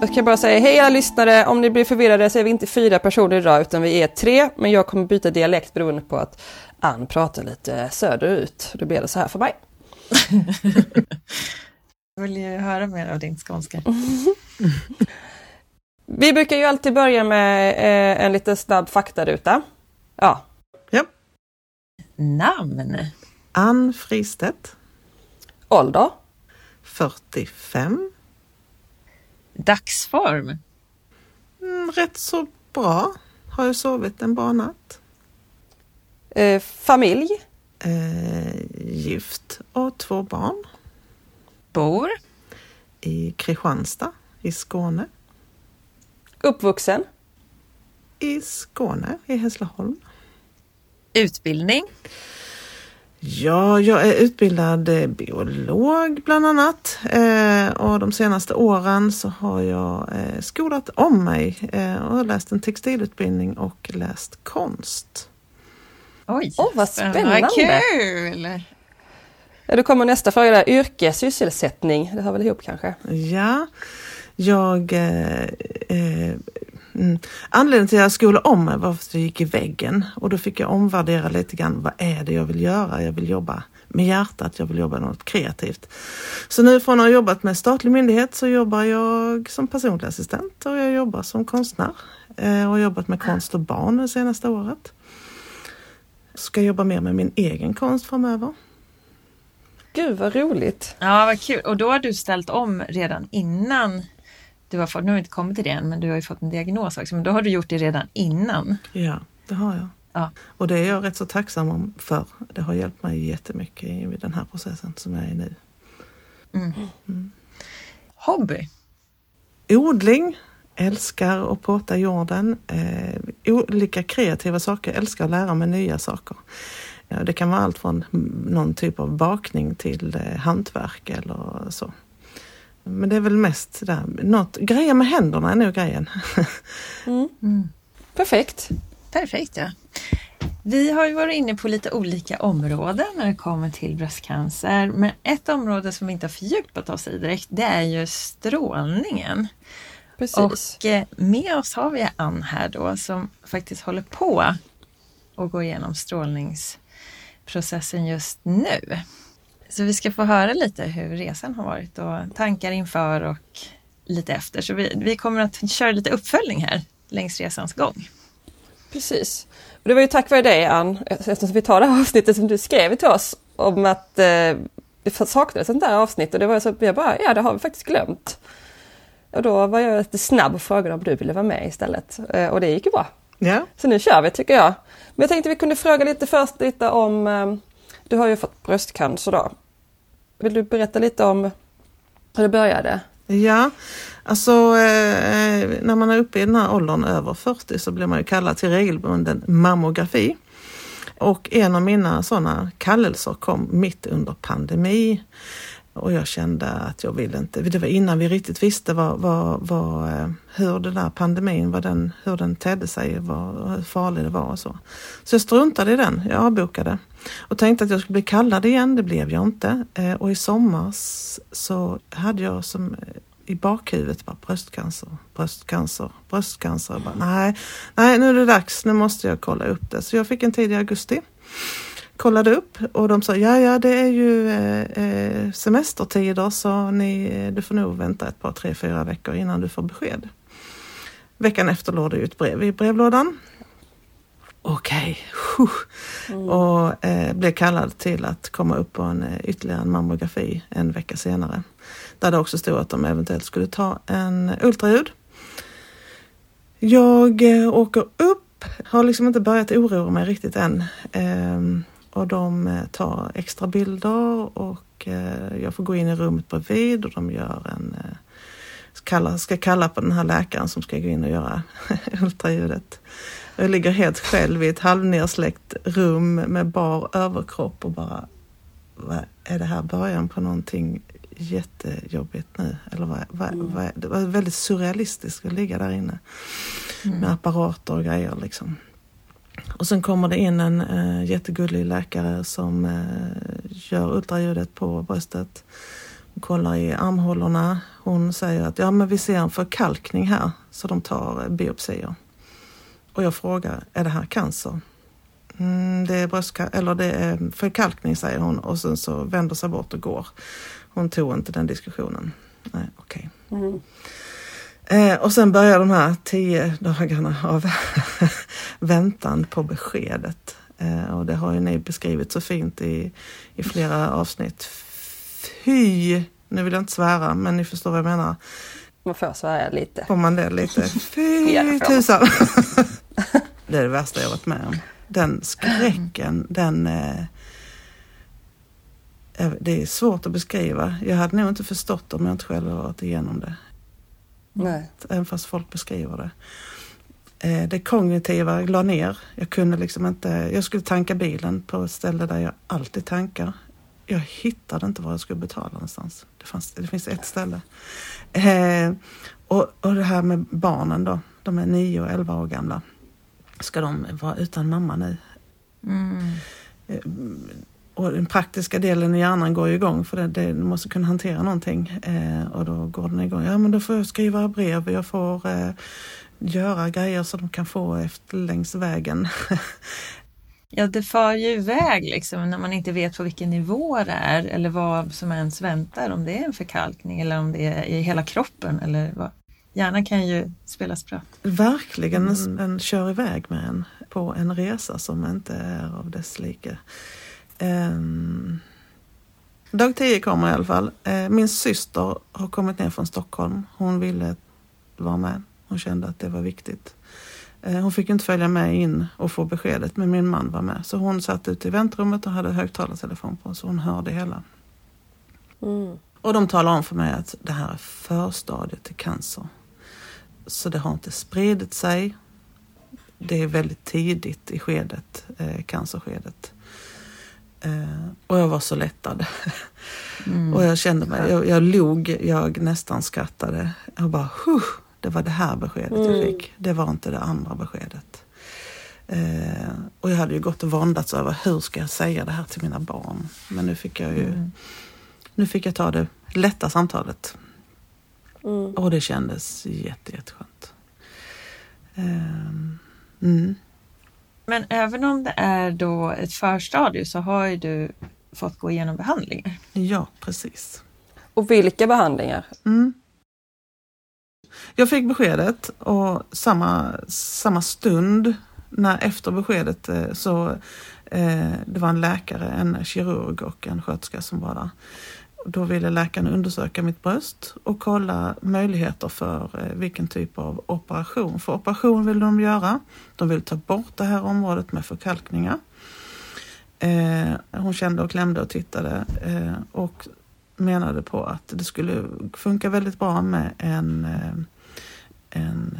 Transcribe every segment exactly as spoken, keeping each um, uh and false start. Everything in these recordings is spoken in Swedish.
Jag kan bara säga hej alla lyssnare, om ni blir förvirrade så är vi inte fyra personer idag utan vi är tre, men jag kommer byta dialekt beroende på att Ann pratar lite söderut. Då blir det så här för mig. Jag vill ju höra mer av din skånska. Vi brukar ju alltid börja med eh, en lite snabb faktaruta. Ja. Ja. Namn? Ann Fristedt. Ålder? fyrtiofem. Dagsform? Mm, rätt så bra. Har jag sovit en bra natt. Eh, familj? Eh, gift och två barn. Bor? I Kristianstad, i Skåne. Uppvuxen? I Skåne, i Hässleholm. Utbildning? Ja, jag är utbildad biolog bland annat. Eh, och de senaste åren så har jag eh, skolat om mig eh, och läst en textilutbildning och läst konst. Oj, oh, vad spännande. Vad kul! Ja, då kommer nästa fråga där. Yrke, sysselsättning. Det hör väl ihop kanske? Ja, jag... Eh, eh, mm. Anledningen till att jag skolade om mig var att jag gick i väggen. Och då fick jag omvärdera lite grann. Vad är det jag vill göra? Jag vill jobba med hjärtat. Jag vill jobba något kreativt. Så nu från att ha jobbat med statlig myndighet så jobbar jag som personlig assistent. Och jag jobbar som konstnär. Eh, och har jobbat med konst och barn det senaste året. Ska jobba mer med min egen konst framöver. Gud vad roligt. Ja, vad kul. Och då har du ställt om redan innan du har fått, nu har vi inte kommit till det än, men du har ju fått en diagnos också. Men då har du gjort det redan innan. Ja, det har jag. Ja. Och det är jag rätt så tacksam för. Det har hjälpt mig jättemycket i den här processen som jag är i nu. Mm. Mm. Hobby? Odling. Älskar att påta jorden. Eh, olika kreativa saker. Älskar att lära mig nya saker. Ja, det kan vara allt från någon typ av bakning till eh, hantverk eller så. Men det är väl mest där. Något, grejer med händerna är nog grejen. Mm. Mm. Perfekt. Perfekt, ja. Vi har ju varit inne på lite olika områden när det kommer till bröstcancer. Men ett område som vi inte har fördjupat oss i direkt, det är ju strålningen. Precis. Och eh, med oss har vi Ann här då som faktiskt håller på och går igenom strålningsprocessen just nu. Så vi ska få höra lite hur resan har varit och tankar inför och lite efter. Så vi, vi kommer att köra lite uppföljning här längs resans gång. Precis. Och det var ju tack vare dig Ann, eftersom vi tar det här avsnittet som du skrev till oss om att eh, det saknades ett där avsnitt och det var så att jag bara, ja det har vi faktiskt glömt. Och då var jag lite snabb och frågade om du ville vara med istället. Eh, och det gick ju bra. Ja. Så nu kör vi tycker jag. Men jag tänkte vi kunde fråga lite först lite om, eh, du har ju fått bröstcancer då. Vill du berätta lite om hur det började? Ja, alltså eh, när man är uppe i den här åldern över fyrtio så blir man ju kallad till regelbunden mammografi. Och en av mina sådana kallelser kom mitt under pandemi. Och jag kände att jag ville inte, det var innan vi riktigt visste vad, vad, vad, hur den där pandemin, vad den, hur den tedde sig, vad, hur farlig det var och så. Så jag struntade i den, jag avbokade. Och tänkte att jag skulle bli kallad igen, det blev jag inte. Och i sommar så hade jag som i bakhuvudet bara bröstcancer, bröstcancer, bröstcancer. Och bara, nej, nej, nu är det dags, nu måste jag kolla upp det. Så jag fick en tid i augusti. Kollade upp och de sa, ja ja det är ju eh, semestertider så ni, du får nog vänta ett par, tre, fyra veckor innan du får besked. Veckan efter låg det ut brev i brevlådan. Okej. Okay. Mm. Och eh, blev kallad till att komma upp på en ytterligare en mammografi en vecka senare. Där det också stod att de eventuellt skulle ta en ultraljud. Jag eh, åker upp, har liksom inte börjat oroa mig riktigt än. Eh, Och de tar extra bilder och jag får gå in i rummet bredvid och de gör en, ska, ska kalla på den här läkaren som ska gå in och göra ultraljudet. Jag ligger helt själv i ett halvnersläckt rum med bar överkropp och bara, vad är det här början på någonting jättejobbigt nu? Eller vad, vad, Mm. vad, det var väldigt surrealistiskt att ligga där inne mm. med apparater och grejer liksom. Och sen kommer det in en äh, jättegullig läkare som äh, gör ultraljudet på bröstet. Hon kollar i armhålorna. Hon säger att ja, men vi ser en förkalkning här. Så de tar biopsier. Och jag frågar, är det här cancer? Mm, det är bröstcancer, eller det är förkalkning, säger hon. Och sen så vänder sig bort och går. Hon tog inte den diskussionen. Nej, okej. Okay. Mm. Eh, och sen börjar de här tio dagarna av väntan på beskedet. Eh, och det har ju ni beskrivit så fint i, i flera avsnitt. Fy, nu vill jag inte svära, men ni förstår vad jag menar. Man får svära lite. Får man det lite? Fy tusan. Det är det värsta jag varit med om. Den skräcken, den... Eh, det är svårt att beskriva. Jag hade nog inte förstått om jag inte själv varit igenom det. Nej. Även fast folk beskriver det. Eh, det kognitiva la ner. Jag kunde liksom inte... Jag skulle tanka bilen på ett ställe där jag alltid tankar. Jag hittade inte var jag skulle betala någonstans. Det, fanns, det finns ett ställe. Eh, och, och det här med barnen då. De är nio och elva år gamla. Ska de vara utan mamma nu? Mm. Eh, och den praktiska delen i hjärnan går ju igång. För det, det måste kunna hantera någonting. Eh, och då går den igång. Ja, men då får jag skriva brev. Jag får eh, göra grejer så de kan få efter längs vägen. Ja, det far ju iväg liksom när man inte vet på vilken nivå det är eller vad som ens väntar, om det är en förkalkning eller om det är i hela kroppen eller vad. Hjärnan kan ju spela spratt. Verkligen, mm. en kör iväg med en på en resa som inte är av dess like. Um, dag tio kommer i alla fall. Uh, min syster har kommit ner från Stockholm. Hon ville vara med. Hon kände att det var viktigt. Hon fick inte följa med in och få beskedet, men min man var med. Så hon satt ute i väntrummet och hade högtalartelefon på, så hon hörde hela. Mm. Och de talade om för mig att det här är förstadiet till cancer. Så det har inte spridit sig. Det är väldigt tidigt i skedet, eh, cancerskedet. Eh, och jag var så lättad. Mm. Och jag kände mig, jag, jag log, jag nästan skrattade. Jag bara, huh! Det var det här beskedet mm. jag fick. Det var inte det andra beskedet. Eh, och jag hade ju gått och våndats över hur ska jag säga det här till mina barn. Men nu fick jag ju mm. nu fick jag ta det lätta samtalet. Mm. Och det kändes jätte, jätteskönt. Eh, mm. Men även om det är då ett förstadie så har ju du fått gå igenom behandlingar. Ja, precis. Och vilka behandlingar? Mm. Jag fick beskedet och samma, samma stund när efter beskedet så eh, det var en läkare, en kirurg och en sköterska som var där. Då ville läkaren undersöka mitt bröst och kolla möjligheter för eh, vilken typ av operation. För operation vill de göra. De vill ta bort det här området med förkalkningar. Eh, hon kände och klämde och tittade eh, och menade på att det skulle funka väldigt bra med en en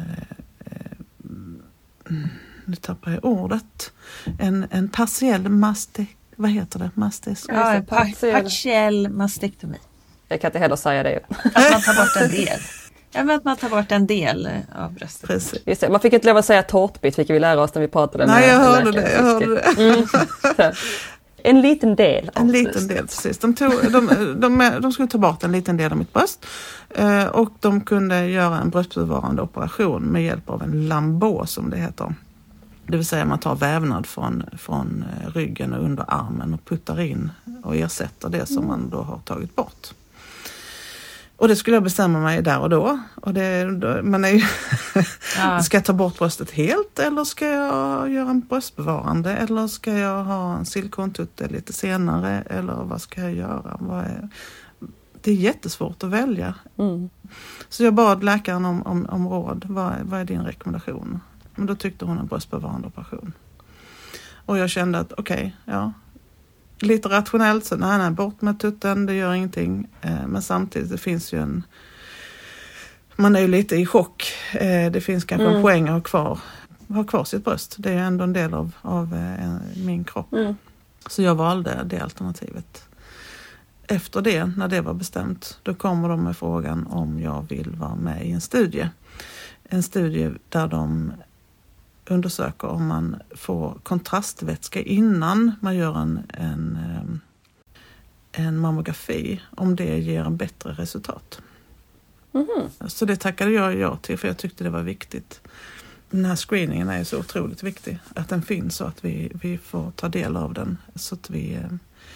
nu tappar jag ordet en, en partiell maste, vad heter det? Mastes, ja, en partiell. partiell mastektomi. Jag kan inte heller säga det. Att man tar bort en del. Ja, men att man tar bort en del av bröstet. Precis. Just det. Man fick inte lov att säga tårtbit, fick vi lära oss när vi pratade med Nej, jag hörde läkare. det. Jag hörde det. Mm. En liten del. En liten del, precis. De, tog, de, de, de skulle ta bort en liten del av mitt bröst. Eh, och de kunde göra en bröstbevarande operation med hjälp av en lambå som det heter. Det vill säga man tar vävnad från, från ryggen och under armen och puttar in och ersätter det som man då har tagit bort. Och det skulle jag bestämma mig där och då. Och det, man är ju ja. Ska jag ta bort bröstet helt eller ska jag göra en bröstbevarande eller ska jag ha en silikontutte lite senare eller vad ska jag göra? Vad är... Det är jättesvårt att välja. Mm. Så jag bad läkaren om, om, om råd. Vad, vad är din rekommendation? Men då tyckte hon en bröstbevarande operation. Och jag kände att okej, okay, ja. Lite rationellt så nej, nej, bort med tutten, det gör ingenting. Eh, men samtidigt det finns ju en... Man är ju lite i chock. Eh, det finns kanske mm. en poäng att ha kvar, ha kvar sitt bröst. Det är ju ändå en del av, av eh, min kropp. Mm. Så jag valde det alternativet. Efter det, när det var bestämt, då kommer de med frågan om jag vill vara med i en studie. En studie där de undersöker om man får kontrastvätska innan man gör en, en, en mammografi om det ger en bättre resultat. Mm-hmm. Så det tackade jag ja till, för jag tyckte det var viktigt. Den här screeningen är så otroligt viktig. Att den finns så att vi, vi får ta del av den. Så att vi eh,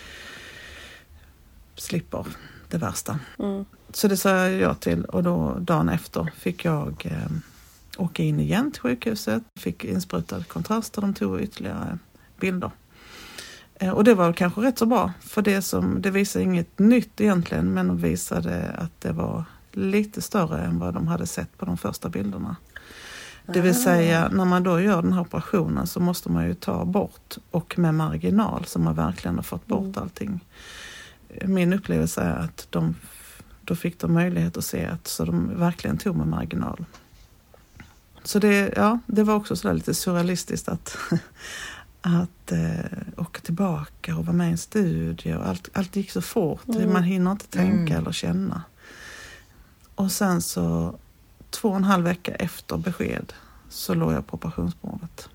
slipper det värsta. Mm. Så det sa jag ja till, och då dagen efter fick jag eh, åka in igen till sjukhuset. Fick insprutad kontrast och de tog ytterligare bilder. Eh, och det var kanske rätt så bra. För det, som, det visade inget nytt egentligen, men de visade att det var lite större än vad de hade sett på de första bilderna. Det vill säga, när man då gör den här operationen så måste man ju ta bort, och med marginal, så man verkligen har fått bort mm. allting. Min upplevelse är att de, då fick de möjlighet att se att så de verkligen tog med marginal. Så det, ja, det var också så där lite surrealistiskt att, att eh, åka tillbaka och vara med i en studie. Och allt, allt gick så fort, mm. man hinner inte tänka mm. eller känna. Och sen så två och en halv vecka efter besked så låg jag på operationsbordet.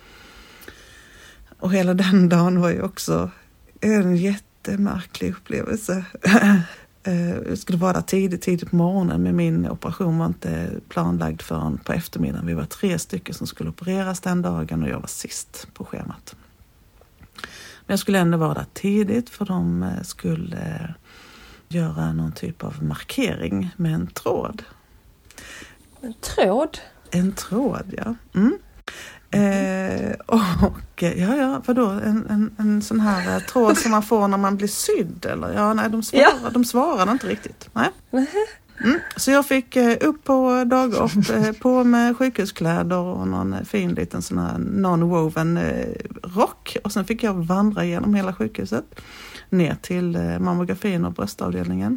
Och hela den dagen var ju också en jättemärklig upplevelse. Jag skulle vara där tidigt, tidigt på morgonen, men min operation var inte planlagd förrän på eftermiddagen. Vi var tre stycken som skulle opereras den dagen och jag var sist på schemat. Men jag skulle ändå vara där tidigt, för de skulle göra någon typ av markering med en tråd. En tråd? En tråd, ja. Mm. Eh, och ja, ja, vadå? En, en, en sån här tråd som man får när man blir sydd, eller? Ja, nej, de svarade, ja. de svarade inte riktigt. Nej. Mm. Så jag fick eh, upp på dagop, eh, på med sjukhuskläder och någon fin liten sån här non-woven eh, rock. Och sen fick jag vandra genom hela sjukhuset ner till eh, mammografin och bröstavdelningen.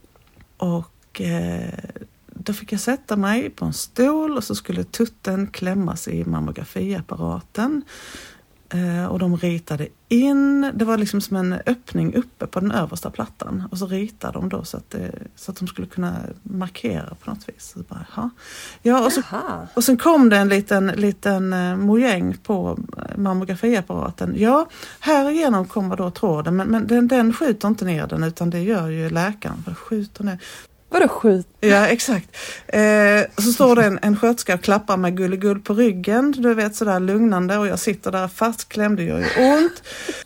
Och eh, då fick jag sätta mig på en stol och så skulle tutten klämmas i mammografiapparaten. Eh, och de ritade in, det var liksom som en öppning uppe på den översta plattan. Och så ritade de då så att, det, så att de skulle kunna markera på något vis. Så bara, ja. Ja, och, så, och sen kom det en liten, liten eh, mojäng på mammografiapparaten. Ja, här igenom kommer då tråden, men, men den, den skjuter inte ner den, utan det gör ju läkaren. För skjuter ner. Vadå skjut? Ja, exakt. Eh, så står det en, en sköterska och klappar med gulligull på ryggen. Du vet, sådär lugnande. Och jag sitter där fastklämd, det gör ju ont.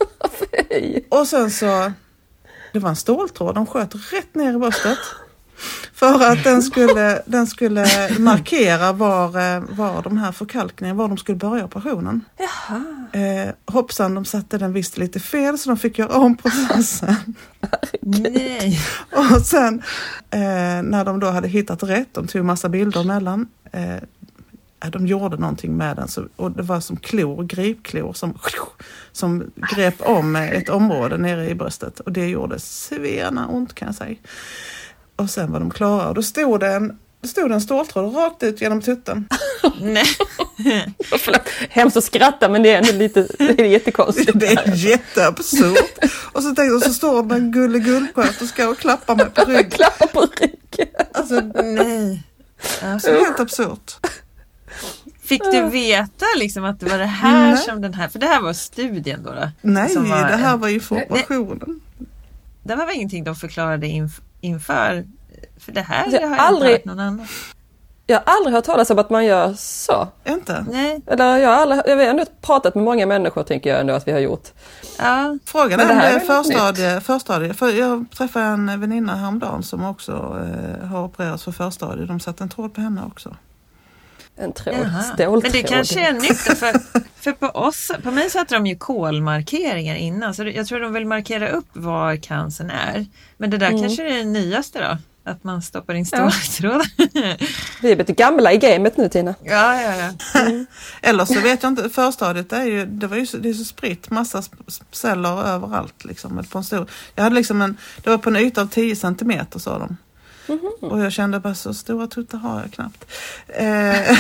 Och sen så, det var en ståltråd. De sköt rätt ner i bröstet. För att den skulle, den skulle markera var, var de här förkalkningarna, var de skulle börja operationen. Jaha. Eh, hoppsan, de satte den visst lite fel, så de fick göra om processen. Nej. Och sen eh, när de då hade hittat rätt, de tog massa bilder emellan, eh, de gjorde någonting med den, så, och det var som klor, gripklor som, som grep om ett område nere i bröstet, och det gjorde svena ont, kan jag säga. Och sen var de klara, och då stod det en, det stod en ståltråd rakt ut genom tutten. Nej. Förlåt, hemskt att skratta, men det är ändå lite, det är jättekonstigt. Det är jätteabsurt. Och så tänkte jag, så står det en gulligullsköterska och klappar mig på ryggen. Klappar på ryggen. Alltså, nej. Alltså, helt absurt. Fick du veta liksom att det var det här nej. som den här, för det här var studien då? då nej, var det här en, var informationen. Det, det var ingenting de förklarade inf, inför, för det här jag det har jag aldrig, inte hört någon annan. Jag har aldrig hört talas om att man gör så. Inte? Nej. Eller jag har, aldrig, jag har ändå pratat med många människor, tänker jag ändå att vi har gjort. Ja. Frågan är om det är förstadie, förstadie. För jag träffade en väninna häromdagen som också eh, har opererats för förstadie. De satte en tråd på henne också. En tråd, ståltråd. Men det kanske är nytt, för, för på oss, på mig satte de ju kolmarkeringar innan, så jag tror de vill markera upp var cancern är. Men det där mm. kanske är det nyaste då, att man stoppar in ståltråd. Ja. Vi är lite gamla i gamet nu, Tina. Ja, ja, ja. Mm. Eller så vet jag inte, förstadiet är ju, det var ju så, det är så spritt, massa celler överallt liksom, på en stor. Jag hade liksom en, det var på en yta av tio centimeter, sa de. Mm-hmm. Och jag kände bara, så stora tuttar har jag knappt. Eh,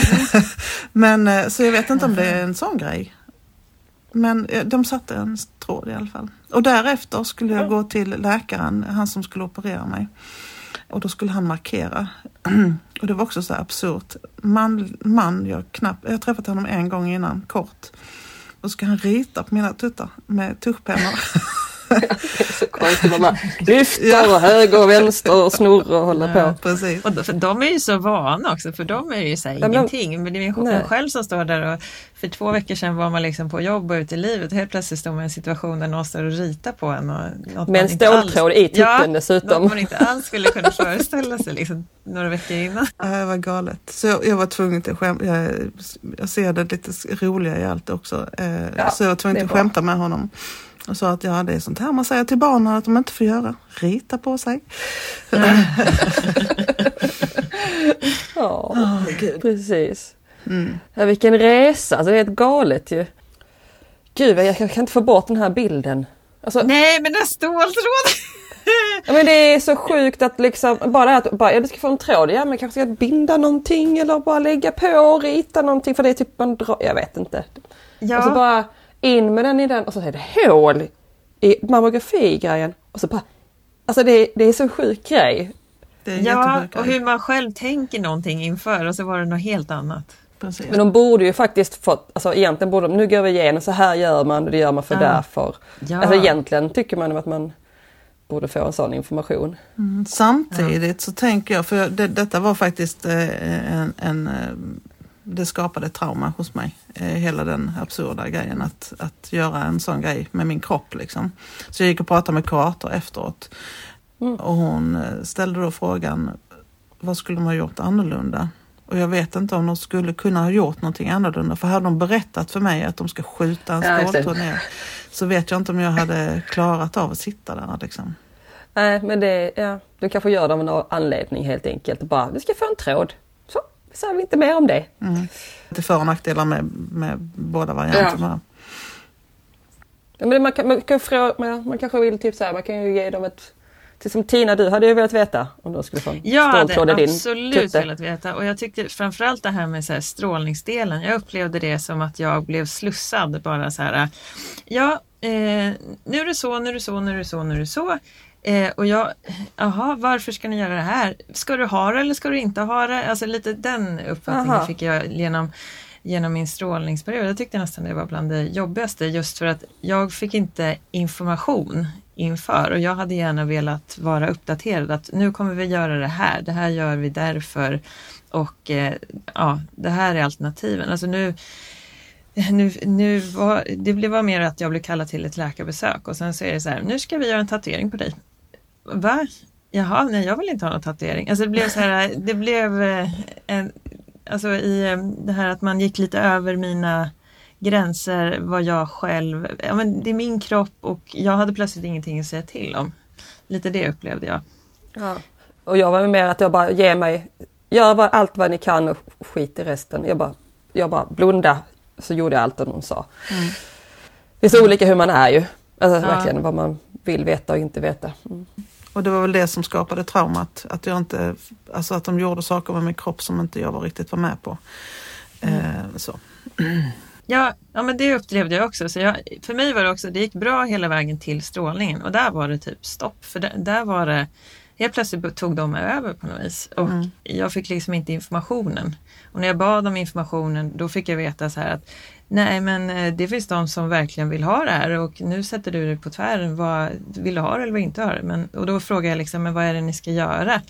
men så jag vet inte om det är en sån grej. Men de satte en tråd i alla fall. Och därefter skulle jag gå till läkaren, han som skulle operera mig. Och då skulle han markera. Och det var också så absurt. Man, man jag knappt, jag har träffat honom en gång innan, kort. Och så ska han rita på mina tuttar med tuschpennor. Det är så konstigt, man bara lyfter och höger och vänster och snurrar och håller Ja, på. precis. Och då, för de är ju så vana också, för de är ju så här, men de- ingenting. Men det är ju Nej. själv som står där och för två veckor sedan var man liksom på jobb och ute i livet och helt plötsligt står man i en situation där någon står och ritar på en. Och något Med en man inte alls- ståltråd i tutten ja, dessutom. något man inte alls skulle kunna föreställa sig liksom, några veckor innan. Ja, det var galet. Så jag, jag var tvungen till skämt. Jag, jag ser det lite roliga i allt också. Eh, Ja, så jag var tvungen det är till att bra. skämta med honom. Och sa att ja, det är sånt här man säger till barnen att de inte får göra. Rita på sig. Ja, Åh, gud. precis. Mm. Ja, vilken resa, alltså det är helt galet ju. Gud, jag, jag kan inte få bort den här bilden. Alltså, Nej, men den ståltråd! ja, men det är så sjukt att liksom, bara att bara, jag ska få en tråd, ja men kanske ska binda någonting eller bara lägga på och rita någonting, för det är typ man drar, jag vet inte. Ja. Och så bara in med den i den och så är det hål i mammografigrejen och så bara, alltså det, det är så sjuk grej. Det är en Ja, jättesjuk och grej. hur man själv tänker någonting inför och så var det något helt annat. Precis. Men de borde ju faktiskt fått, alltså egentligen borde de, nu går vi igenom, så här gör man och det gör man för Ja. därför. Ja. Alltså egentligen tycker man att man borde få en sån information. Mm, samtidigt så tänker jag, för det, detta var faktiskt eh, en, en eh, det skapade trauma hos mig. Eh, hela den absurda grejen att, att göra en sån grej med min kropp liksom. Så jag gick och pratade med kurator efteråt. Mm. Och hon eh, ställde då frågan, vad skulle de ha gjort annorlunda? Och jag vet inte om de skulle kunna ha gjort någonting annorlunda. För hade de berättat för mig att de ska skjuta en Ja, just det. ståltråd ner, så vet jag inte om jag hade klarat av att sitta där liksom. Nej, men det, ja, du kanske gör det av en anledning helt enkelt. Bara, du ska få en tråd. Så, säger vi inte mer om det. Mm. Det är för- och nackdelar med, med båda varianterna. Ja, men man, kan, man, kan frå, man, man kanske vill typ så här, man kan ju ge dem ett... Till som Tina, du hade ju velat veta om du skulle få en Jag ståltråd i hade din absolut tutte. velat veta och jag tyckte framförallt det här med så här strålningsdelen, jag upplevde det som att jag blev slussad bara så här, ja eh, nu är det så, nu är det så, nu är det så, nu är det så eh, och jag, jaha varför ska ni göra det här? Ska du ha det eller ska du inte ha det? Alltså lite den uppfattningen Aha. fick jag genom genom min strålningsperiod. Jag tyckte nästan det var bland det jobbigaste just för att jag fick inte information inför och jag hade gärna velat vara uppdaterad att nu kommer vi göra det här, det här gör vi därför och eh, ja, det här är alternativen. Alltså nu, nu, nu var, det blev bara mer att jag blev kallad till ett läkarbesök och sen så är det så här, nu ska vi göra en tatuering på dig. Va? Jaha, nej jag vill inte ha någon tatuering. Alltså det blev så här, det blev eh, en, alltså i eh, det här att man gick lite över mina gränser, vad jag själv, ja men det är min kropp och jag hade plötsligt ingenting att säga till om. Lite det upplevde jag. Ja. Och jag var med att jag bara, ge mig, gör bara allt vad ni kan och skit i resten. Jag bara, jag bara blunda, så gjorde jag allt vad hon sa. Mm. Det är så olika hur man är ju. Alltså Ja. verkligen vad man vill veta och inte veta. Mm. Och det var väl det som skapade traumat. Att jag inte, alltså att de gjorde saker med min kropp som inte jag var riktigt var med på. Mm. Eh, så. Ja, ja, men det upplevde jag också. Så jag, för mig var det också, det gick bra hela vägen till strålningen. Och där var det typ stopp. För där, där var det, helt plötsligt tog de över på något vis. Och Mm. jag fick liksom inte informationen. Och när jag bad om informationen, då fick jag veta så här att nej men eh, det finns de som verkligen vill ha det här. Och nu sätter du det på tvären. Vad, vill du ha det eller vill inte ha det? Men, och då frågade jag liksom, men vad är det ni ska göra?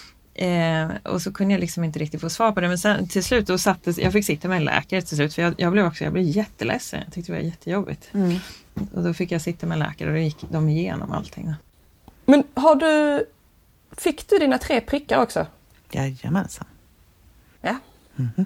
Eh, och så kunde jag liksom inte riktigt få svar på det. Men sen till slut då sattes, jag fick sitta med en läkare till slut. För jag, jag blev också, jag blev jätteledsen. Jag tyckte det var jättejobbigt. Mm. Och då fick jag sitta med en läkare och då gick de igenom allting. Men har du, fick du dina tre prickar också? Jajamensan. Ja. Mhm.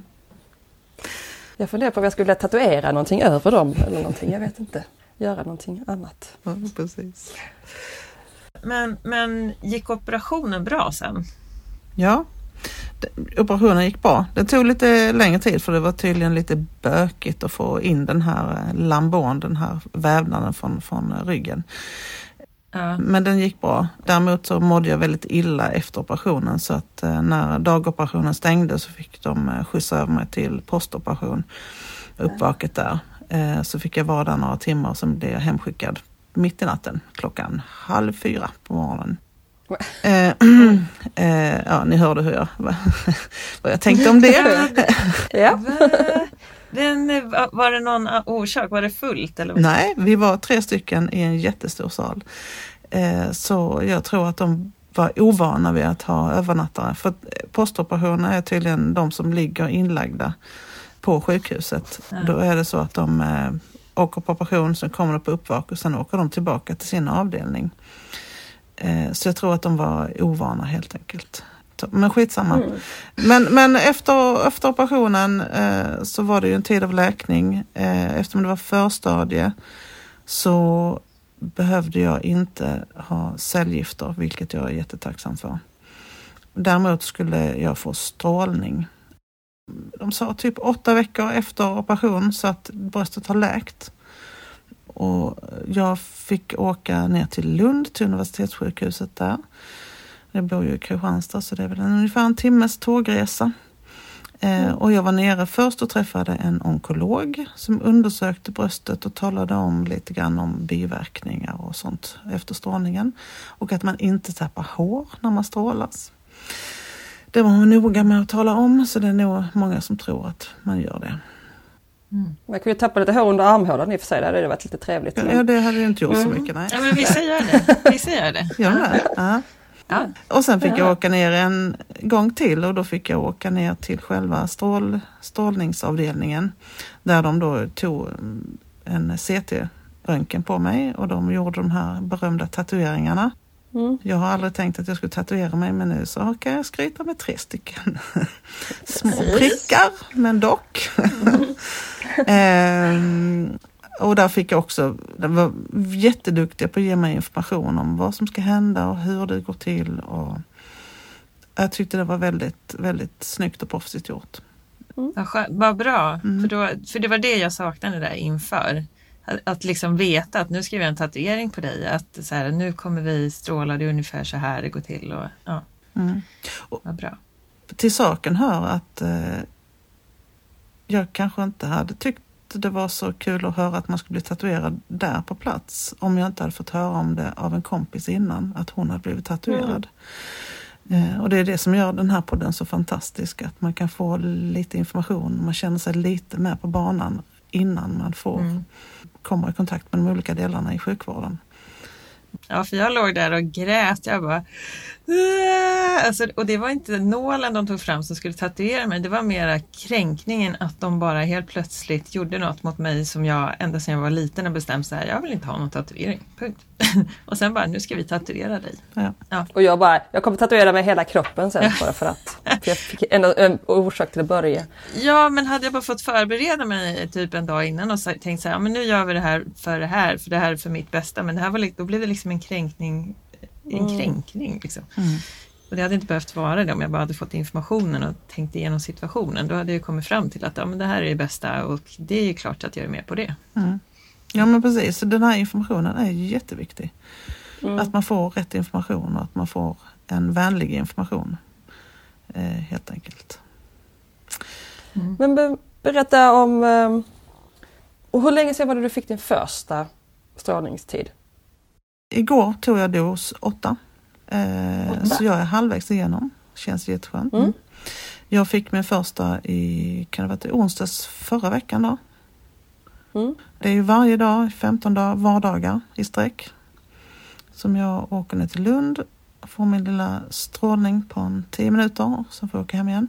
Jag funderar på om jag skulle vilja tatuera någonting över dem eller någonting, jag vet inte. Göra någonting annat. Ja, precis. Men, men gick operationen bra sen? Ja, det- operationen gick bra. Det tog lite längre tid för det var tydligen lite bökigt att få in den här eh, lambån, den här vävnaden från, från eh, ryggen. Ja. Men den gick bra. Däremot så mådde jag väldigt illa efter operationen så att eh, när dagoperationen stängde så fick de eh, skjutsa över mig till postoperation. Uppvaket där. Eh, så fick jag vara där några timmar och sen blev jag hemskickad mitt i natten klockan halv fyra på morgonen. Eh, eh, ja, ni hörde hur jag, vad jag tänkte om det. Ja. Va? Den, var det någon orsak? Var det fullt? Eller? Nej, vi var tre stycken i en jättestor sal. Eh, så jag tror att de var ovana vid att ha övernattare. För postoperationer är tydligen de som ligger inlagda på sjukhuset. Ja. Då är det så att de eh, åker på operation, sen kommer de på uppvak och sen åker de tillbaka till sin avdelning. Eh, så jag tror att de var ovana helt enkelt. Men skitsamma. Mm. Men, men efter, efter operationen eh, så var det ju en tid av läkning. Eh, eftersom det var förstadie så behövde jag inte ha cellgifter, vilket jag är jättetacksam för. Däremot skulle jag få strålning. De sa typ åtta veckor efter operation så att bröstet har läkt. Och jag fick åka ner till Lund, till universitetssjukhuset där. Jag bor ju i Kristianstad så det är väl en, ungefär en timmes tågresa. Eh, mm. Och jag var nere först och träffade en onkolog som undersökte bröstet och talade om lite grann om biverkningar och sånt efter strålningen. Och att man inte tappar hår när man strålas. Det var hon noga med att tala om, så det är nog många som tror att man gör det. Mm. Man kan ju tappa lite hår under armhålan i och för sig, det hade varit lite trevligt. Men... Ja, det hade ju inte gjort mm. så mycket, nej. Ja, men vissa gör det. Vissa gör det. Gör det? Ja. Ja. Och sen fick jag åka ner en gång till och då fick jag åka ner till själva strål, strålningsavdelningen där de då tog en C T-röntgen på mig och de gjorde de här berömda tatueringarna. Mm. Jag har aldrig tänkt att jag skulle tatuera mig, men nu så kan jag skryta med tre stycken små prickar, men dock. Mm. ehm, och där fick jag också, de var jätteduktiga på att ge mig information om vad som ska hända och hur det går till. Och jag tyckte det var väldigt, väldigt snyggt och proffsigt gjort. Mm. Ja, vad bra, mm. för, då, för det var det jag saknade där inför. Att, att liksom veta att nu ska vi ha en tatuering på dig. Att så här, nu kommer vi stråla, det är ungefär så här det går till. Och, ja. mm. och, vad bra. Till saken hör att eh, jag kanske inte hade tyckt det var så kul att höra att man skulle bli tatuerad där på plats. Om jag inte hade fått höra om det av en kompis innan. Att hon hade blivit tatuerad. Mm. Eh, och det är det som gör den här podden så fantastisk. Att man kan få lite information. Man känner sig lite mer på banan innan man får mm. komma i kontakt med de olika delarna i sjukvården. Ja, för jag låg där och grät. Jag bara... Alltså, och det var inte nålen de tog fram som skulle tatuera mig. Det var mera kränkningen att de bara helt plötsligt gjorde något mot mig som jag ända sedan jag var liten och bestämt så här, jag vill inte ha någon tatuering. Punkt. Och sen bara, nu ska vi tatuera dig. Ja. Ja. Och jag bara, jag kommer tatuera mig hela kroppen sen ja. bara för att. För jag fick en, en orsak till att börja. Ja, men hade jag bara fått förbereda mig typ en dag innan och tänkt så här, ja, men nu gör vi det här för det här, för det här är för mitt bästa. Men det här var, då blev det liksom en kränkning. En mm. kränkning liksom. Mm. Och det hade inte behövt vara det om jag bara hade fått informationen och tänkt igenom situationen. Då hade jag kommit fram till att ja, men det här är det bästa och det är ju klart att jag är med på det. Mm. Ja, men precis. Så den här informationen är jätteviktig. Mm. Att man får rätt information och att man får en vänlig information. Eh, helt enkelt. Mm. Men be- berätta om um, och hur länge sedan var det du fick din första strålningstid? Igår tog jag dos åtta. Eh, så jag är halvvägs igenom. Känns jätteskönt. Mm. Jag fick min första i, kan det vara till onsdags förra veckan då. Mm. Det är ju varje dag, femton dagar, vardagar i sträck. Som jag åker ner till Lund. Får min lilla strålning på en tio minuter. Så får jag åka hem igen.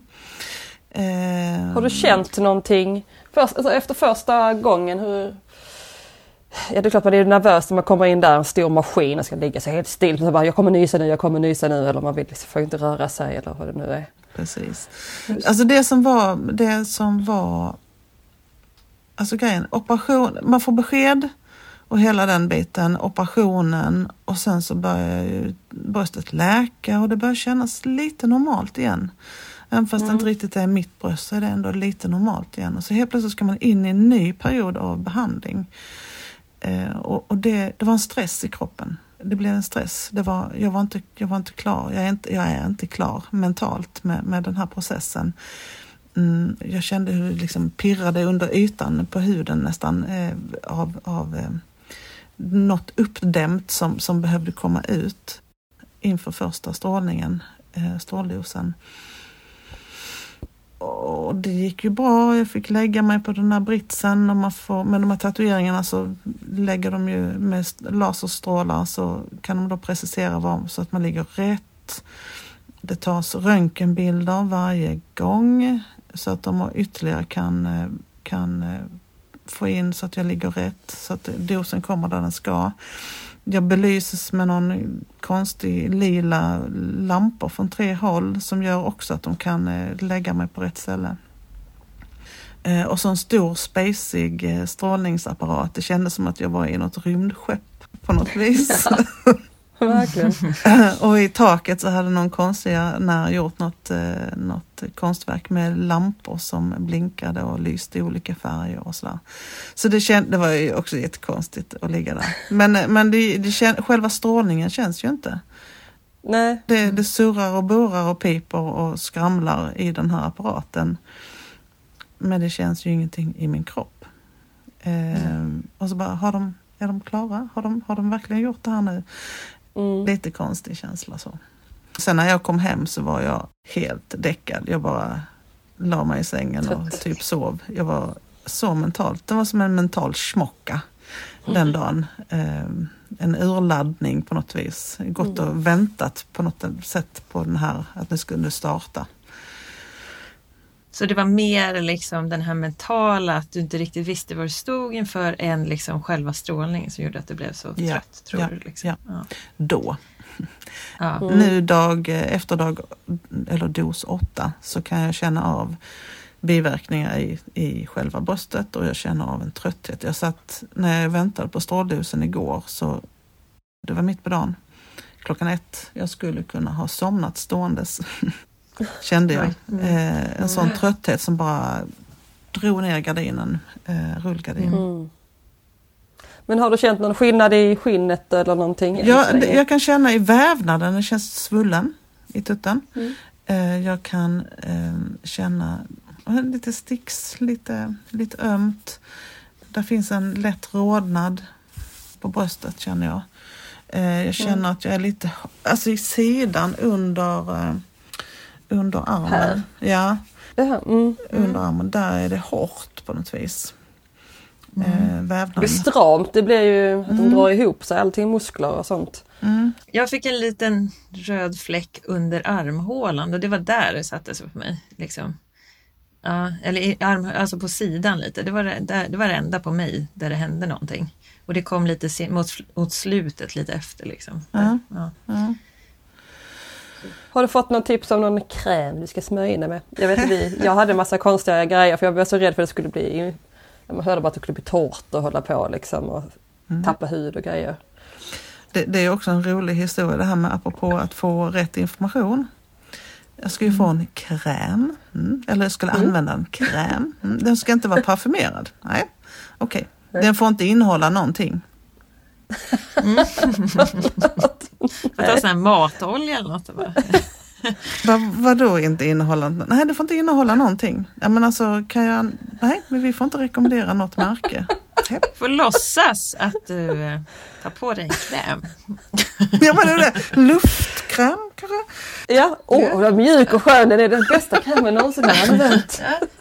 Eh, Har du känt någonting först, alltså efter första gången? Hur... Ja, det är klart man är nervös när man kommer in där en stor maskin och ska ligga sig helt still. Så bara, jag kommer nysa nu, jag kommer nysa nu. Eller man vill liksom, får inte röra sig eller vad det nu är. Precis. Alltså det som var, det som var, alltså grejen, operation, man får besked och hela den biten, operationen och sen så börjar ju bröstet läka och det börjar kännas lite normalt igen. Även fast mm. det inte riktigt är mitt bröst så är det ändå lite normalt igen. Och så helt plötsligt ska man in i en ny period av behandling. Eh, och och det, det var en stress i kroppen. Det blev en stress. Det var, jag, var inte, jag var inte klar. Jag är inte, jag är inte klar mentalt med, med den här processen. Mm, jag kände hur det liksom pirrade under ytan på huden nästan eh, av, av eh, något uppdämt som, som behövde komma ut inför första strålningen, eh, stråldosen. Och och det gick ju bra. Jag fick lägga mig på den här britsen. Och man får, med de här tatueringarna så lägger de ju med laserstrålar, så kan de då precisera vad, så att man ligger rätt. Det tas röntgenbilder varje gång så att de ytterligare kan, kan få in så att jag ligger rätt, så att dosen kommer där den ska. Jag belyses med någon konstig lila lampor från tre håll som gör också att de kan lägga mig på rätt ställe. Och så en stor spacig strålningsapparat. Det kändes som att jag var i något rymdskepp på något vis. Ja, verkligen. Och i taket så hade någon konstnär gjort något, något konstverk med lampor som blinkade och lyste i olika färger och sådär. Så det, känd, det var ju också jättekonstigt att ligga där. Men, men det, det känd, själva strålningen känns ju inte. Nej. Det, det surrar och burrar och piper och skramlar i den här apparaten. Men det känns ju ingenting i min kropp. Mm. Ehm, och så bara, har de, är de klara? Har de, har de verkligen gjort det här nu? Mm. Lite konstig känsla så. Sen när jag kom hem så var jag helt däckad. Jag bara la mig i sängen och typ sov. Jag var så mentalt. Det var som en mental smocka mm. den dagen. Ehm, en urladdning på något vis. Gått och mm. väntat på något sätt på den här, att det skulle starta. Så det var mer liksom den här mentala, att du inte riktigt visste vad du stod inför, än liksom själva strålningen som gjorde att du blev så trött, ja, tror ja, du? Liksom. Ja. Ja. Då. Ja. Mm. Nu dag, efter dag, eller dos åtta, så kan jag känna av biverkningar i, i själva bröstet, och jag känner av en trötthet. Jag satt, när jag väntade på stråldosen igår, så det var mitt på dagen. Klockan ett, jag skulle kunna ha somnat ståendes. Kände jag. Eh, en sån trötthet som bara drog ner gardinen, eh, rullgardinen. Mm. Men har du känt någon skillnad i skinnet eller någonting? Ja, det, jag kan känna i vävnaden, det känns svullen i tutten. Mm. Eh, jag kan eh, känna lite sticks, lite, lite ömt. Där finns en lätt rodnad på bröstet, känner jag. Eh, jag känner mm. att jag är lite, alltså i sidan under... Eh, under armen. Här. Ja. Mm. Mm. Under armen. Där är det hårt på något vis. Mm. Eh, vävnaden. Det blir stramt. Det blir ju att de mm. drar ihop sig. Allting muskler och sånt. Mm. Jag fick en liten röd fläck under armhålan. Och det var där det satte sig på mig. Liksom. Ja, eller i arm, alltså på sidan lite. Det var det, det var det enda på mig där det hände någonting. Och det kom lite mot, mot slutet lite efter. Liksom. Mm. Ja. Mm. Har du fått någon tips om någon kräm du ska smörja in med? Jag vet inte, jag hade en massa konstiga grejer för jag var så rädd för att det skulle bli, man hörde bara att det skulle bli torrt och hålla på liksom och mm. tappa hud och grejer. Det, det är också en rolig historia det här med apropå att få rätt information. Jag ska ju mm. få en kräm, mm. eller jag skulle mm. använda en kräm. Mm. Den ska inte vara parfymerad. Nej, okej. Okay. Den får inte innehålla någonting. Mm. Att ta sån här matolja eller något. Vad, vad då inte innehålla? Nej, det får inte innehålla någonting. Ja, men alltså, kan jag... Nej, men vi får inte rekommendera något märke. Du får låtsas att du eh, tar på dig en kräm. Ja, men det är det. Luftkräm kanske? Ja, åh, oh, den mjuk och skön. Den är den bästa krämen någonsin jag har använt.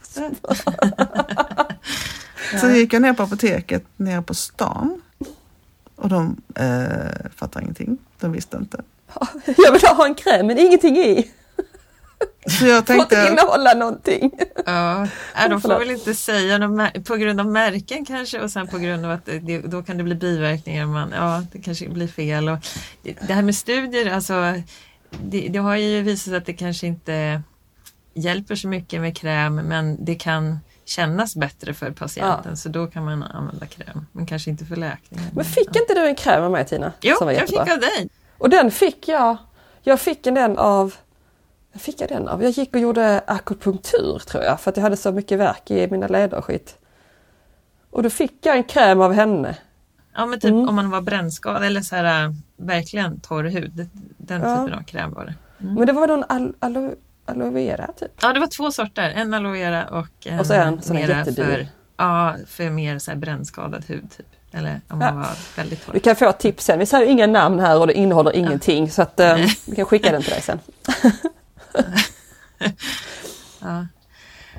Så gick jag ner på apoteket, ner på stan. Och de eh, fattar ingenting. De visste inte. Jag vill ha en kräm men ingenting i. Så jag tänkte... Får inte innehålla någonting. Ja, de får väl inte säga något, på grund av märken kanske. Och sen på grund av att det, då kan det bli biverkningar. Man, ja, det kanske blir fel. Och det här med studier, alltså, det, det har ju visat sig att det kanske inte hjälper så mycket med kräm. Men det kan... kännas bättre för patienten, ja. Så då kan man använda kräm, men kanske inte för läkning. Men fick inte du en kräm av mig, Tina? Jo, jag jättebra. Fick av dig. Och den fick jag, jag fick en den av, fick jag den av? Jag gick och gjorde akupunktur tror jag, för att jag hade så mycket värk i mina leder och skit. Och då fick jag en kräm av henne. Ja, men typ mm. om man var brännskadad eller så här verkligen torr hud, den ja. typen av kräm var det. Mm. Men det var någon al- alo- aloe vera typ? Ja, det var två sorter. En aloe vera och en, och så en som är jättedyr. För, ja, för mer så här brännskadad hud typ. Eller om man ja. var väldigt torr. Vi kan få ett tips sen. Vi säger inga namn här och det innehåller ingenting. Ja. Så att um, vi kan skicka den till dig sen. Ja.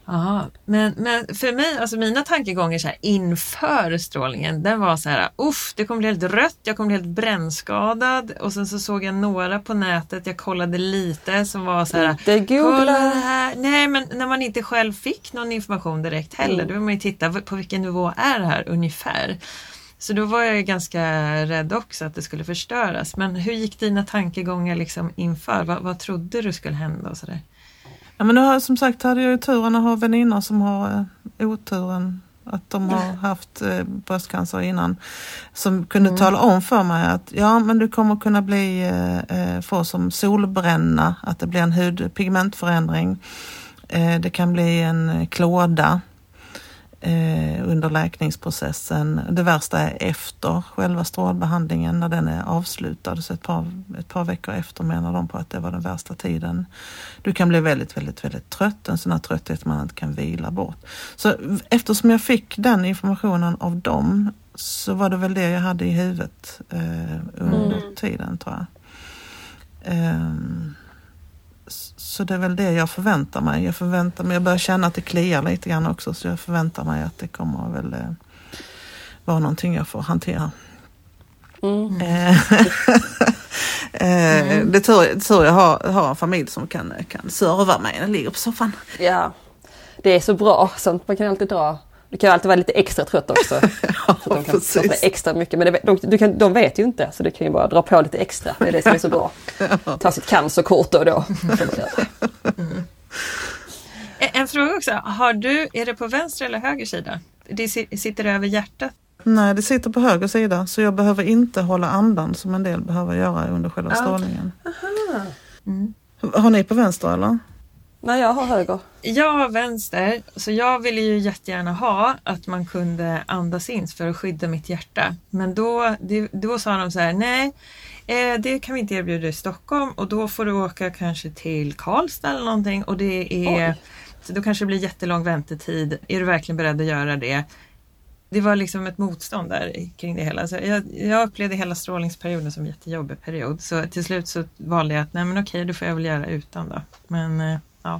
Ja, men, men för mig, alltså mina tankegångar så här, inför strålningen, den var så här, uff, det kommer bli helt rött, jag kommer bli helt brännskadad, och sen så såg jag några på nätet, jag kollade lite som var så här, det kolla det här. Nej, men när man inte själv fick någon information direkt heller, mm. då vill man ju titta på vilken nivå är det här ungefär. Så då var jag ganska rädd också att det skulle förstöras. Men hur gick dina tankegångar liksom inför? Vad, vad trodde du skulle hända och sådär? Ja, men nu har, som sagt hade jag ju turen att ha väninnor som har eh, oturen att de har haft eh, bröstcancer innan. Som kunde mm. tala om för mig att ja, men du kommer kunna bli eh, få som solbränna. Att det blir en hudpigmentförändring. Eh, det kan bli en klåda. Eh, under läkningsprocessen. Det värsta är efter själva strålbehandlingen när den är avslutad. Så ett par, ett par veckor efter menar de på att det var den värsta tiden. Du kan bli väldigt, väldigt, väldigt trött. En sån här trötthet man inte kan vila bort. Så eftersom jag fick den informationen av dem så var det väl det jag hade i huvudet eh, under mm. tiden, tror jag. Eh, Så det är väl det jag förväntar mig. Jag förväntar mig, jag börjar känna att det kliar lite grann också. Så jag förväntar mig att det kommer väl eh, vara någonting jag får hantera. Mm. eh, det tror, tror jag har, har en familj som kan, kan serva mig när jag ligger på soffan. Ja, det är så bra. Sånt man kan alltid dra. Du kan alltid vara lite extra trött också. Ja, så de kan softa extra mycket. Men det, de, du kan, de vet ju inte, så du kan ju bara dra på lite extra. Det är det som är så bra. Ta sitt cancerkort då och då. Mm. En fråga också. Har du, är det på vänster eller höger sida? Det sitter det över hjärtat? Nej, det sitter på höger sida. Så jag behöver inte hålla andan som en del behöver göra under själva strålningen. Aha. Mm. Har ni på vänster eller? Nej, jag har höger. Jag har vänster, så jag ville ju jättegärna ha att man kunde andas in för att skydda mitt hjärta. Men då, det, då sa de så här, nej, eh, det kan vi inte erbjuda i Stockholm och då får du åka kanske till Karlstad eller någonting och det är, så då kanske det blir jättelång väntetid. Är du verkligen beredd att göra det? Det var liksom ett motstånd där kring det hela. Så jag, jag upplevde hela strålningsperioden som en jättejobbig period. Så till slut så valde jag att nej men okej, då får jag väl göra utan då. Men eh, ja.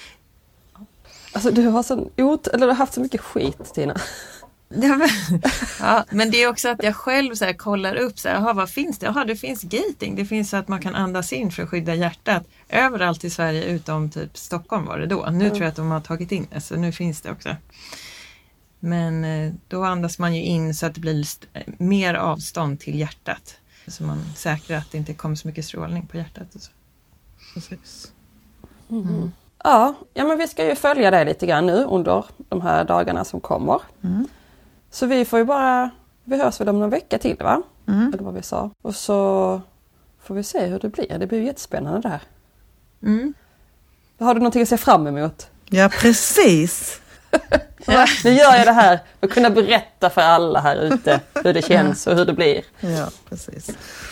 Alltså du har, sån ot- eller du har haft så mycket skit, Tina. Ja men, ja, men det är också att jag själv så här kollar upp så här, aha, vad finns det? Jaha, det finns gating. Det finns så att man kan andas in för att skydda hjärtat överallt i Sverige utom typ Stockholm var det då. Nu mm. tror jag att de har tagit in det, så nu finns det också. Men då andas man ju in så att det blir mer avstånd till hjärtat. Så man säkrar att det inte kommer så mycket strålning på hjärtat. Och så. Precis. Mm. Mm. Ja, ja, men vi ska ju följa dig lite grann nu under de här dagarna som kommer. Mm. Så vi får ju bara, vi hörs väl om någon vecka till, va? Mm. Eller vad vi sa. Och så får vi se hur det blir. Det blir ju jättespännande det här. Mm. Har du någonting att se fram emot? Ja, precis. Ja, nu gör jag det här för att kunna berätta för alla här ute hur det känns och hur det blir. Ja, precis.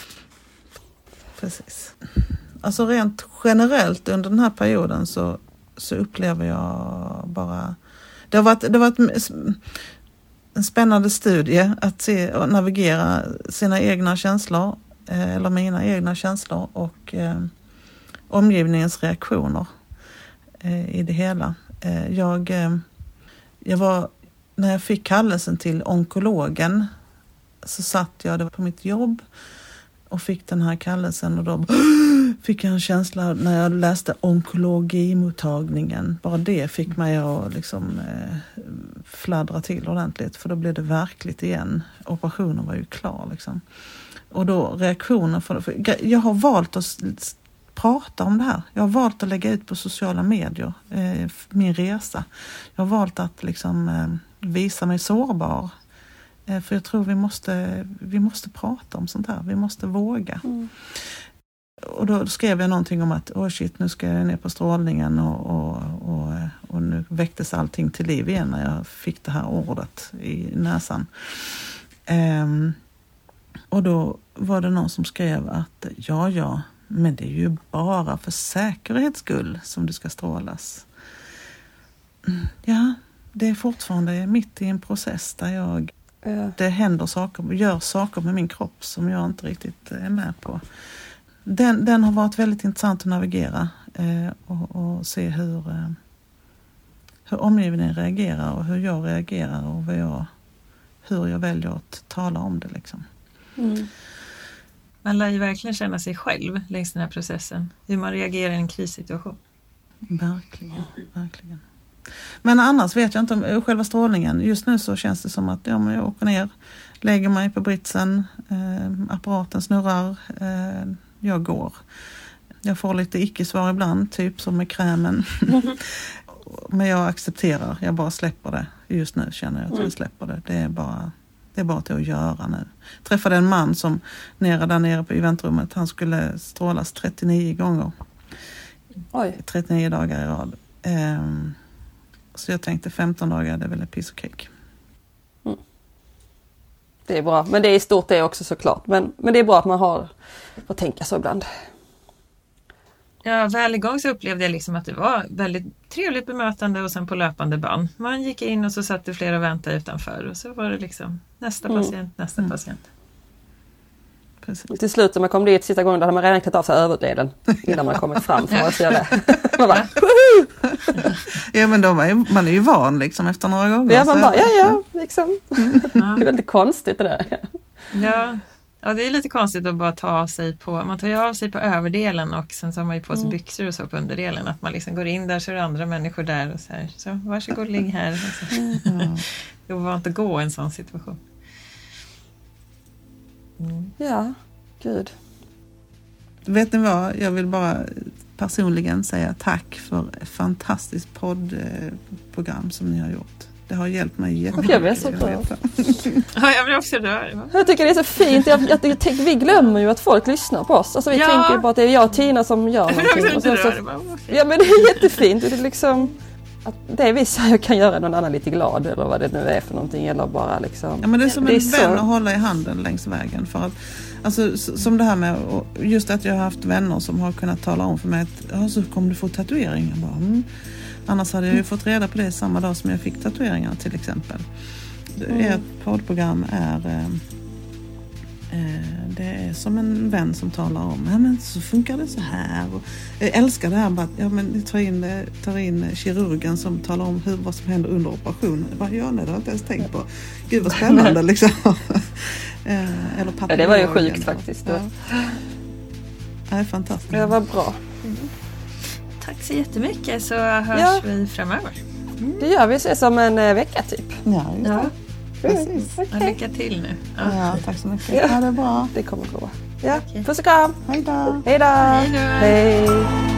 Precis. Alltså rent generellt under den här perioden så, så upplever jag bara... Det har varit, det har varit en spännande studie att se och navigera sina egna känslor, eller mina egna känslor och eh, omgivningens reaktioner eh, i det hela. Eh, jag... Eh, Jag var, när jag fick kallelsen till onkologen så satt jag det var på mitt jobb och fick den här kallelsen och då fick jag en känsla när jag läste onkologimottagningen. Bara det fick mig att liksom, eh, fladdra till ordentligt för då blev det verkligt igen. Operationen var ju klar liksom. Och då reaktionen, för, för jag har valt att prata om det här. Jag har valt att lägga ut på sociala medier eh, min resa. Jag har valt att liksom eh, visa mig sårbar. Eh, för jag tror vi måste, vi måste prata om sånt här. Vi måste våga. Mm. Och då skrev jag någonting om att åh oh shit, nu ska jag ner på strålningen och, och, och, och nu väcktes allting till liv igen när jag fick det här ordet i näsan. Eh, och då var det någon som skrev att ja, ja, men det är ju bara för säkerhets skull som du ska strålas. Ja, det är fortfarande mitt i en process där jag... Ja. Det händer saker, gör saker med min kropp som jag inte riktigt är med på. Den, den har varit väldigt intressant att navigera eh, och, och se hur, eh, hur omgivningen reagerar och hur jag reagerar och vad jag, hur jag väljer att tala om det. Liksom. Mm. Man lär ju verkligen känna sig själv längs den här processen. Hur man reagerar i en krissituation. Verkligen, verkligen. Men annars vet jag inte om själva strålningen. Just nu så känns det som att ja, men jag åker ner, lägger mig på britsen, eh, apparaten snurrar, eh, jag går. Jag får lite icke-svar ibland, typ som med krämen. Men jag accepterar, jag bara släpper det. Just nu känner jag att jag släpper det. Det är bara, det är bara till att göra nu. Jag träffade en man som nere där nere på eventrummet, han skulle strålas trettionio gånger. Oj. trettionio dagar i rad. Um, så jag tänkte femton dagar, det är väl en piece of cake. Mm. Det är bra, men det är i stort det också såklart. Men, men det är bra att man har att tänka så ibland. Ja, väl igång så upplevde jag liksom att det var väldigt trevligt bemötande och sen på löpande band. Man gick in och så satt det flera och väntade utanför och så var det liksom nästa mm. patient, nästa mm. patient. Precis. Till slut när man kom dit sista gången då hade man redan klätt av sig överleden innan man kommit fram för att se det. Man bara, ja men då är man är ju van liksom efter några gånger. Ja man bara, ja ja liksom. Det är väldigt konstigt det där. Ja. Ja, det är lite konstigt att bara ta av sig på, man tar ju av sig på överdelen och sen så har man ju på sig byxor och så på underdelen. Att man liksom går in där så är det andra människor där och så här, så varsågod ligg här. Så. Ja. Det var inte att gå en sån situation. Mm. Ja, gud. Vet ni vad, jag vill bara personligen säga tack för ett fantastiskt poddprogram som ni har gjort. Det har hjälpt mig jättemycket. Jag blir så bra. Ja, jag blir också rörd. Jag tycker det är så fint. Jag, jag, jag tänk, vi glömmer ju att folk lyssnar på oss. Alltså vi ja. tänker ju på att det är jag och Tina som gör någonting. Och så, så, ja men det är jättefint. Det är liksom att det vi säger kan göra någon annan lite glad eller vad det nu är för någonting. Eller bara liksom. Ja men det är som det en är vän så... att hålla i handen längs vägen. För att, alltså som det här med, just att jag har haft vänner som har kunnat tala om för mig att ja, så kommer du få tatueringar bara. Mm. Annars hade jag ju fått reda på det samma dag som jag fick tatueringar till exempel. Mm. Ert poddprogram är eh, det är som en vän som talar om ja, men så funkar det så här. Och jag älskar det här med att ja, men tar in, tar in kirurgen som talar om hur, vad som händer under operationen. Jag bara, ja, nej, det har jag inte ens tänkt på. Gud vad spännande liksom. Eller ja, det var ju sjukt faktiskt. Ja. Det är fantastiskt. Det var bra. Mm. Tack så jättemycket så hörs ja. vi framöver. Mm. Det gör vi, ses om en eh, vecka typ. Ja, just det. Ja. Precis. Okay. Ja, lycka till nu. Ja, ja tack så mycket. Ja. Ja, det är bra. Det kommer gå. Ja, okay. Puss och kram. Hej då. Hej då. Hej då. Hej.